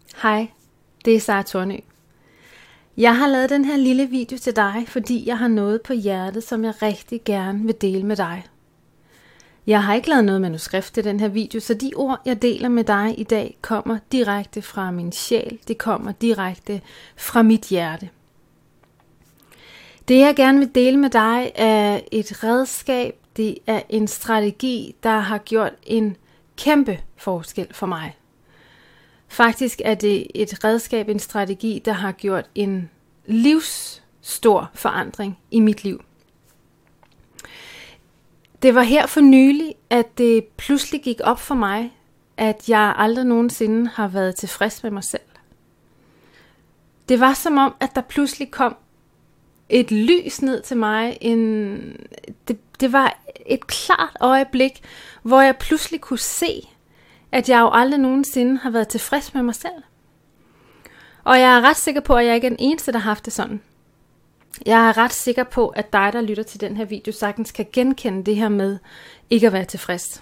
Hej, det er Sara Tornø. Jeg har lavet den her lille video til dig, fordi jeg har noget på hjertet, som jeg rigtig gerne vil dele med dig. Jeg har ikke lavet noget manuskript til den her video, så de ord, jeg deler med dig i dag, kommer direkte fra min sjæl. Det kommer direkte fra mit hjerte. Det, jeg gerne vil dele med dig, er et redskab. Det er en strategi, der har gjort en kæmpe forskel for mig. Faktisk er det et redskab, en strategi, der har gjort en livsstor forandring i mit liv. Det var her for nylig, at det pludselig gik op for mig, at jeg aldrig nogensinde har været tilfreds med mig selv. Det var som om, at der pludselig kom et lys ned til mig. Det var et klart øjeblik, hvor jeg pludselig kunne se, at jeg jo aldrig nogensinde har været tilfreds med mig selv. Og jeg er ret sikker på, at jeg ikke er den eneste, der har haft det sådan. Jeg er ret sikker på, at dig, der lytter til den her video, sagtens kan genkende det her med ikke at være tilfreds.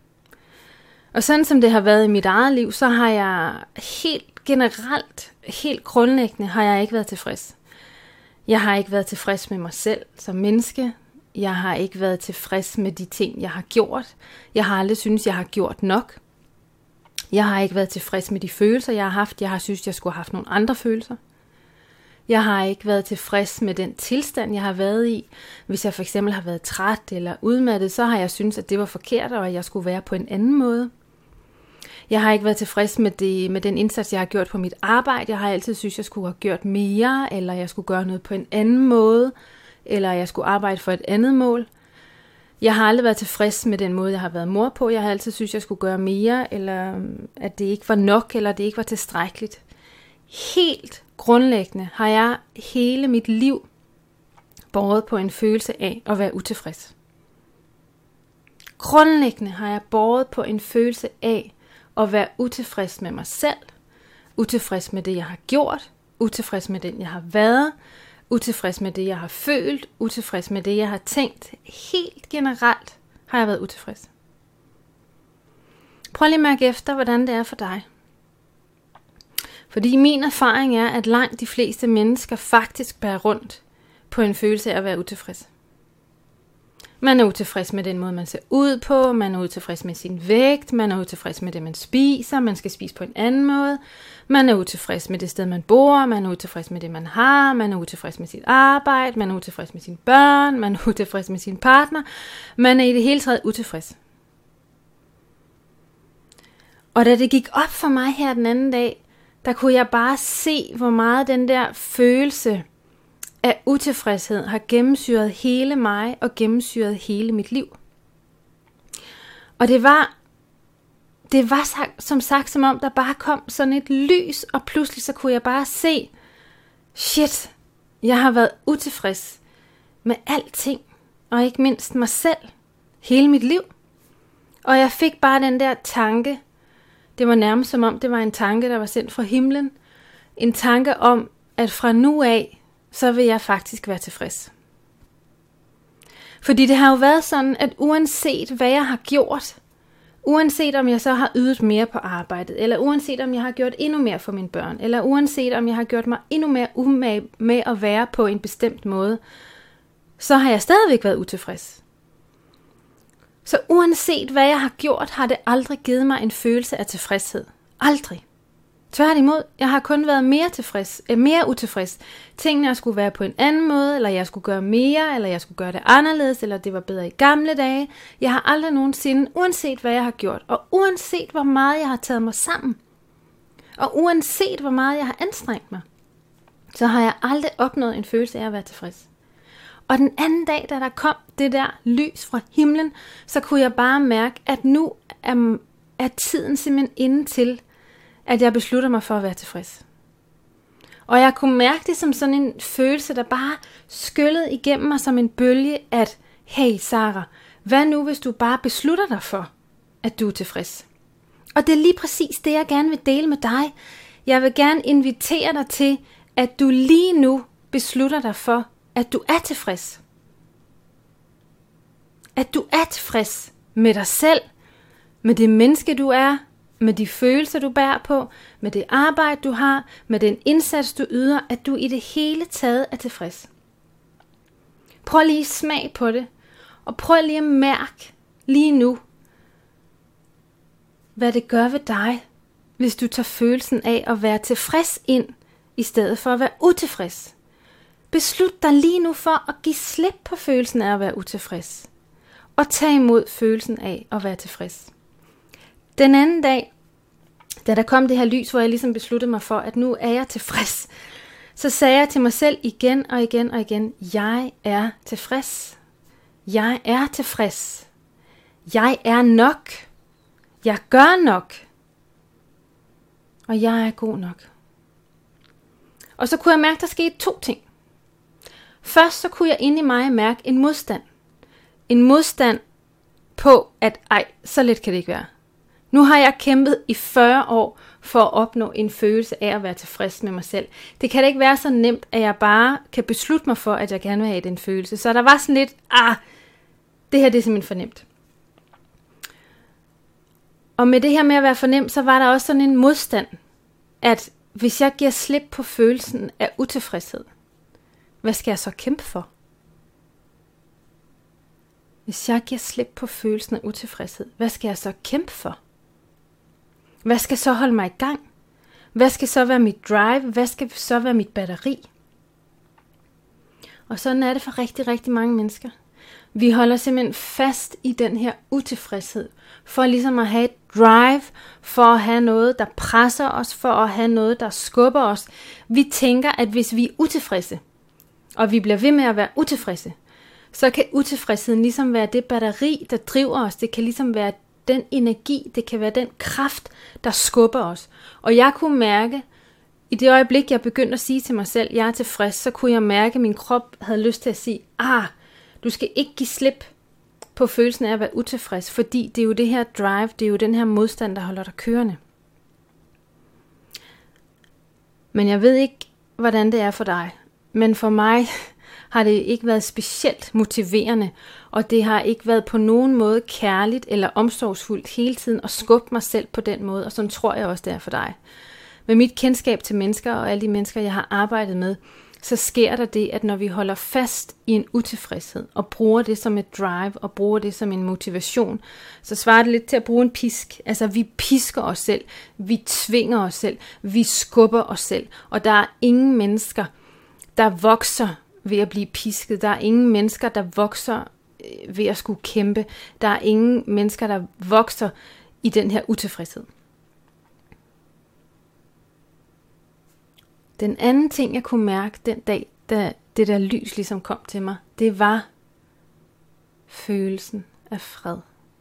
Og sådan som det har været i mit eget liv, så har jeg helt generelt, helt grundlæggende, har jeg ikke været tilfreds. Jeg har ikke været tilfreds med mig selv som menneske. Jeg har ikke været tilfreds med de ting, jeg har gjort. Jeg har aldrig syntes, jeg har gjort nok. Jeg har ikke været tilfreds med de følelser, jeg har haft. Jeg har syntes, jeg skulle have haft nogle andre følelser. Jeg har ikke været tilfreds med den tilstand, jeg har været i. Hvis jeg for eksempel har været træt eller udmattet, så har jeg syntes, at det var forkert, og at jeg skulle være på en anden måde. Jeg har ikke været tilfreds med den indsats, jeg har gjort på mit arbejde. Jeg har altid syntes, jeg skulle have gjort mere, eller jeg skulle gøre noget på en anden måde, eller jeg skulle arbejde for et andet mål. Jeg har aldrig været tilfreds med den måde, jeg har været mor på. Jeg har altid syntes, jeg skulle gøre mere, eller at det ikke var nok, eller det ikke var tilstrækkeligt. Helt grundlæggende har jeg hele mit liv båret på en følelse af at være utilfreds. Grundlæggende har jeg båret på en følelse af at være utilfreds med mig selv, utilfreds med det, jeg har gjort, utilfreds med den, jeg har været, utilfreds med det, jeg har følt, utilfreds med det, jeg har tænkt. Helt generelt har jeg været utilfreds. Prøv lige at mærke efter, hvordan det er for dig. Fordi min erfaring er, at langt de fleste mennesker faktisk bærer rundt på en følelse af at være utilfreds. Man er utilfreds med den måde, man ser ud på, man er utilfreds med sin vægt, man er utilfreds med det, man spiser, man skal spise på en anden måde, man er utilfreds med det sted, man bor, man er utilfreds med det, man har, man er utilfreds med sit arbejde, man er utilfreds med sine børn, man er utilfreds med sin partner, man er i det hele taget utilfreds. Og da det gik op for mig her den anden dag, der kunne jeg bare se, hvor meget den der følelse af utilfredshed har gennemsyret hele mig og gennemsyret hele mit liv. Og det var som sagt, som om der bare kom sådan et lys, og pludselig så kunne jeg bare se, shit, jeg har været utilfreds med alting, og ikke mindst mig selv, hele mit liv. Og jeg fik bare den der tanke, det var nærmest som om det var en tanke, der var sendt fra himlen, en tanke om, at fra nu af, så vil jeg faktisk være tilfreds. Fordi det har jo været sådan, at uanset hvad jeg har gjort, uanset om jeg så har ydet mere på arbejdet, eller uanset om jeg har gjort endnu mere for mine børn, eller uanset om jeg har gjort mig endnu mere umage med at være på en bestemt måde, så har jeg stadigvæk været utilfreds. Så uanset hvad jeg har gjort, har det aldrig givet mig en følelse af tilfredshed. Aldrig. Tværtimod, jeg har kun været mere utilfreds. Tingene jeg skulle være på en anden måde, eller jeg skulle gøre mere, eller jeg skulle gøre det anderledes, eller det var bedre i gamle dage. Jeg har aldrig nogensinde, uanset hvad jeg har gjort, og uanset hvor meget jeg har taget mig sammen, og uanset hvor meget jeg har anstrengt mig, så har jeg aldrig opnået en følelse af at være tilfreds. Og den anden dag, da der kom det der lys fra himlen, så kunne jeg bare mærke, at nu er tiden simpelthen inde til, at jeg beslutter mig for at være tilfreds. Og jeg kunne mærke det som sådan en følelse, der bare skyllede igennem mig som en bølge, at hey Sara, hvad nu hvis du bare beslutter dig for, at du er tilfreds? Og det er lige præcis det, jeg gerne vil dele med dig. Jeg vil gerne invitere dig til, at du lige nu beslutter dig for, at du er tilfreds. At du er tilfreds med dig selv, med det menneske du er, med de følelser, du bærer på, med det arbejde, du har, med den indsats, du yder, at du i det hele taget er tilfreds. Prøv lige at smage på det, og prøv lige at mærke lige nu, hvad det gør ved dig, hvis du tager følelsen af at være tilfreds ind, i stedet for at være utilfreds. Beslut dig lige nu for at give slip på følelsen af at være utilfreds, og tag imod følelsen af at være tilfreds. Den anden dag, da der kom det her lys, hvor jeg ligesom besluttede mig for, at nu er jeg tilfreds, så sagde jeg til mig selv igen og igen og igen, jeg er tilfreds. Jeg er tilfreds. Jeg er nok. Jeg gør nok. Og jeg er god nok. Og så kunne jeg mærke, at der skete 2 ting. Først så kunne jeg inde i mig mærke en modstand. En modstand på, at så let kan det ikke være. Nu har jeg kæmpet i 40 år for at opnå en følelse af at være tilfreds med mig selv. Det kan da ikke være så nemt, at jeg bare kan beslutte mig for, at jeg gerne vil have den følelse. Så der var sådan lidt, det her det er simpelthen for nemt. Og med det her med at være for nemt, så var der også sådan en modstand, at hvis jeg giver slip på følelsen af utilfredshed, hvad skal jeg så kæmpe for? Hvis jeg giver slip på følelsen af utilfredshed, hvad skal jeg så kæmpe for? Hvad skal så holde mig i gang? Hvad skal så være mit drive? Hvad skal så være mit batteri? Og sådan er det for rigtig, rigtig mange mennesker. Vi holder simpelthen fast i den her utilfredshed, for ligesom at have et drive, for at have noget, der presser os, for at have noget, der skubber os. Vi tænker, at hvis vi er utilfredse, og vi bliver ved med at være utilfredse, så kan utilfredsheden ligesom være det batteri, der driver os. Det kan ligesom være den energi, det kan være den kraft, der skubber os. Og jeg kunne mærke, i det øjeblik, jeg begyndte at sige til mig selv, jeg er tilfreds, så kunne jeg mærke, at min krop havde lyst til at sige, du skal ikke give slip på følelsen af at være utilfreds, fordi det er jo det her drive, det er jo den her modstand, der holder dig kørende. Men jeg ved ikke, hvordan det er for dig. Men for mig har det ikke været specielt motiverende, og det har ikke været på nogen måde kærligt eller omsorgsfuldt hele tiden at skubbe mig selv på den måde, og sådan tror jeg også, det er for dig. Med mit kendskab til mennesker og alle de mennesker, jeg har arbejdet med, så sker der det, at når vi holder fast i en utilfredshed, og bruger det som et drive, og bruger det som en motivation, så svarer det lidt til at bruge en pisk. Altså vi pisker os selv, vi tvinger os selv, vi skubber os selv, og der er ingen mennesker, der vokser ved at blive pisket. Der er ingen mennesker, der vokser ved at skulle kæmpe. Der er ingen mennesker, der vokser i den her utilfredshed. Den anden ting, jeg kunne mærke den dag, da det der lys ligesom kom til mig, det var følelsen af fred.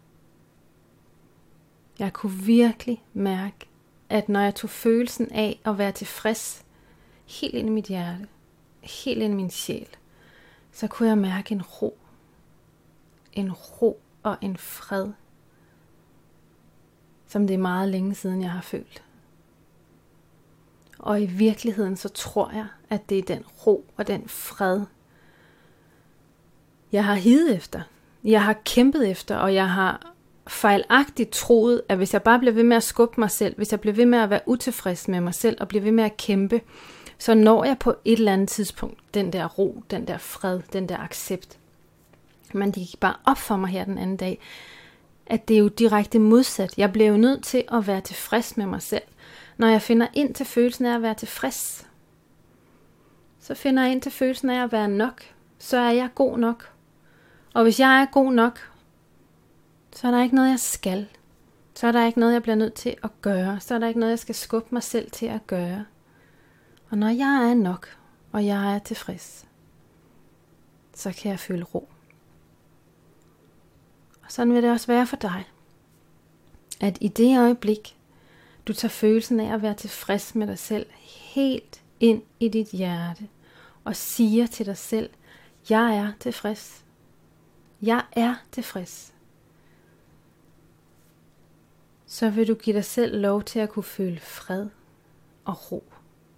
Jeg kunne virkelig mærke, at når jeg tog følelsen af at være tilfreds, helt ind i mit hjerte, helt ind i min sjæl, så kunne jeg mærke en ro. En ro og en fred, som det er meget længe siden, jeg har følt. Og i virkeligheden så tror jeg, at det er den ro og den fred, jeg har higet efter. Jeg har kæmpet efter, og jeg har fejlagtigt troet, at hvis jeg bare bliver ved med at skubbe mig selv, hvis jeg bliver ved med at være utilfreds med mig selv, og bliver ved med at kæmpe, så når jeg på et eller andet tidspunkt den der ro, den der fred, den der accept. Men det gik bare op for mig her den anden dag, at det er jo direkte modsat. Jeg bliver jo nødt til at være tilfreds med mig selv. Når jeg finder ind til følelsen af at være tilfreds, så finder jeg ind til følelsen af at være nok. Så er jeg god nok. Og hvis jeg er god nok, så er der ikke noget, jeg skal. Så er der ikke noget, jeg bliver nødt til at gøre. Så er der ikke noget, jeg skal skubbe mig selv til at gøre. Og når jeg er nok, og jeg er tilfreds, så kan jeg føle ro. Og sådan vil det også være for dig. At i det øjeblik, du tager følelsen af at være tilfreds med dig selv helt ind i dit hjerte, og siger til dig selv, jeg er tilfreds. Jeg er tilfreds. Så vil du give dig selv lov til at kunne føle fred og ro.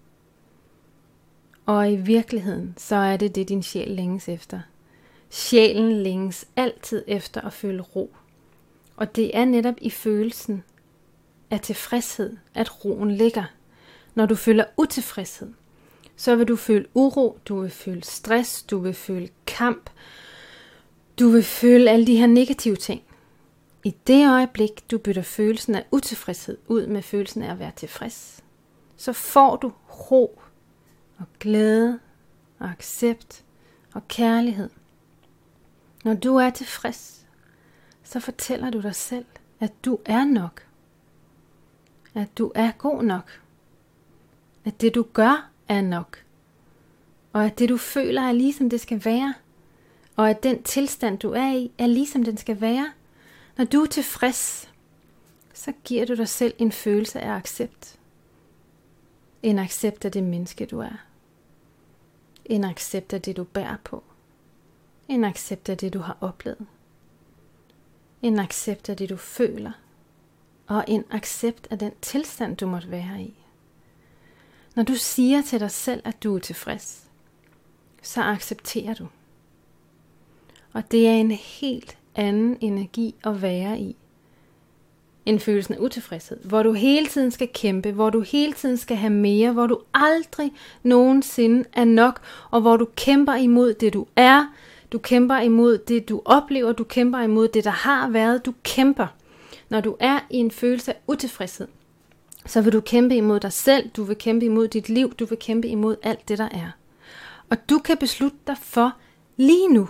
Og i virkeligheden, så er det det, din sjæl længes efter. Sjælen længes altid efter at føle ro. Og det er netop i følelsen af tilfredshed, at roen ligger. Når du føler utilfredshed, så vil du føle uro, du vil føle stress, du vil føle kamp, du vil føle alle de her negative ting. I det øjeblik, du bytter følelsen af utilfredshed ud med følelsen af at være tilfreds, så får du ro og glæde og accept og kærlighed. Når du er tilfreds, så fortæller du dig selv, at du er nok. At du er god nok. At det du gør er nok. Og at det du føler er ligesom det skal være. Og at den tilstand du er i er ligesom den skal være. Når du er tilfreds, så giver du dig selv en følelse af accept. En accept af det menneske du er. En accept af det du bærer på. En accept af det du har oplevet. En accept af det du føler. Og en accept af den tilstand du måtte være i. Når du siger til dig selv, at du er tilfreds, så accepterer du. Og det er en helt anden energi at være i, end følelsen af utilfredshed. Hvor du hele tiden skal kæmpe, hvor du hele tiden skal have mere, hvor du aldrig nogensinde er nok, og hvor du kæmper imod det du er, du kæmper imod det du oplever, du kæmper imod det der har været, du kæmper. Når du er i en følelse af utilfredshed, så vil du kæmpe imod dig selv, du vil kæmpe imod dit liv, du vil kæmpe imod alt det der er. Og du kan beslutte dig for lige nu,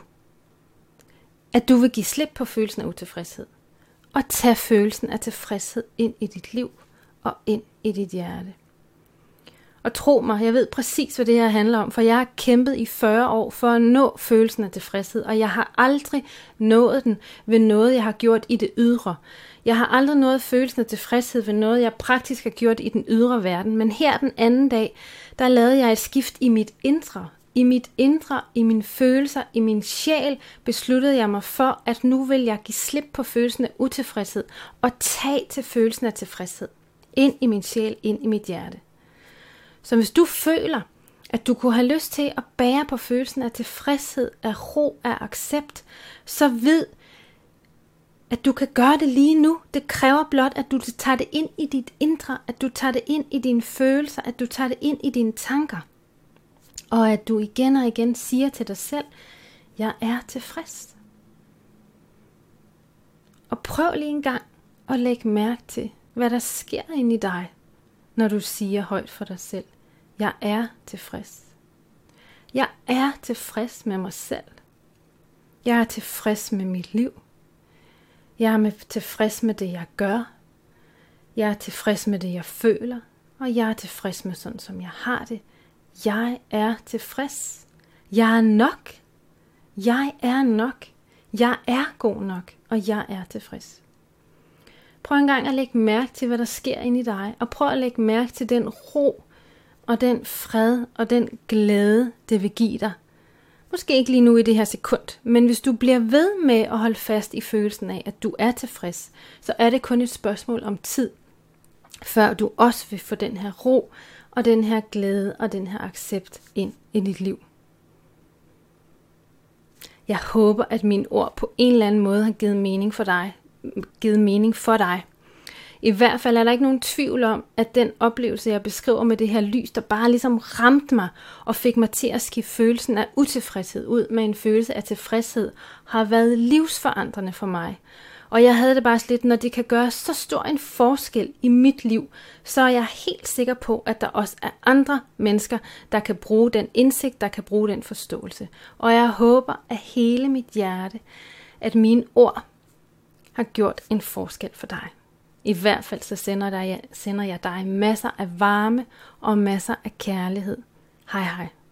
at du vil give slip på følelsen af utilfredshed, og tage følelsen af tilfredshed ind i dit liv, og ind i dit hjerte. Og tro mig, jeg ved præcis, hvad det her handler om, for jeg har kæmpet i 40 år for at nå følelsen af tilfredshed, og jeg har aldrig nået den ved noget, jeg har gjort i det ydre. Jeg har aldrig nået følelsen af tilfredshed ved noget, jeg praktisk har gjort i den ydre verden, men her den anden dag, der lavede jeg et skift i mit indre. I mit indre, i mine følelser, i min sjæl, besluttede jeg mig for, at nu vil jeg give slip på følelsen af utilfredshed, og tage til følelsen af tilfredshed. Ind i min sjæl, ind i mit hjerte. Så hvis du føler, at du kunne have lyst til at bære på følelsen af tilfredshed, af ro, af accept, så vid, at du kan gøre det lige nu. Det kræver blot, at du tager det ind i dit indre, at du tager det ind i dine følelser, at du tager det ind i dine tanker. Og at du igen og igen siger til dig selv, jeg er tilfreds. Og prøv lige en gang at lægge mærke til, hvad der sker inde i dig, når du siger højt for dig selv, jeg er tilfreds. Jeg er tilfreds med mig selv. Jeg er tilfreds med mit liv. Jeg er tilfreds med det, jeg gør. Jeg er tilfreds med det, jeg føler. Og jeg er tilfreds med sådan, som jeg har det. Jeg er tilfreds. Jeg er nok. Jeg er nok. Jeg er god nok. Og jeg er tilfreds. Prøv en gang at lægge mærke til, hvad der sker inde i dig. Og prøv at lægge mærke til den ro og den fred og den glæde, det vil give dig. Måske ikke lige nu i det her sekund, men hvis du bliver ved med at holde fast i følelsen af, at du er tilfreds, så er det kun et spørgsmål om tid, før du også vil få den her ro og den her glæde og den her accept ind i dit liv. Jeg håber, at mine ord på en eller anden måde har givet mening for dig. I hvert fald er der ikke nogen tvivl om, at den oplevelse, jeg beskriver med det her lys, der bare ligesom ramte mig og fik mig til at skifte følelsen af utilfredshed ud med en følelse af tilfredshed, har været livsforandrende for mig. Og jeg havde det bare lidt, når det kan gøre så stor en forskel i mit liv, så er jeg helt sikker på, at der også er andre mennesker, der kan bruge den indsigt, der kan bruge den forståelse. Og jeg håber af hele mit hjerte, at mine ord har gjort en forskel for dig. I hvert fald så sender jeg dig masser af varme og masser af kærlighed. Hej hej.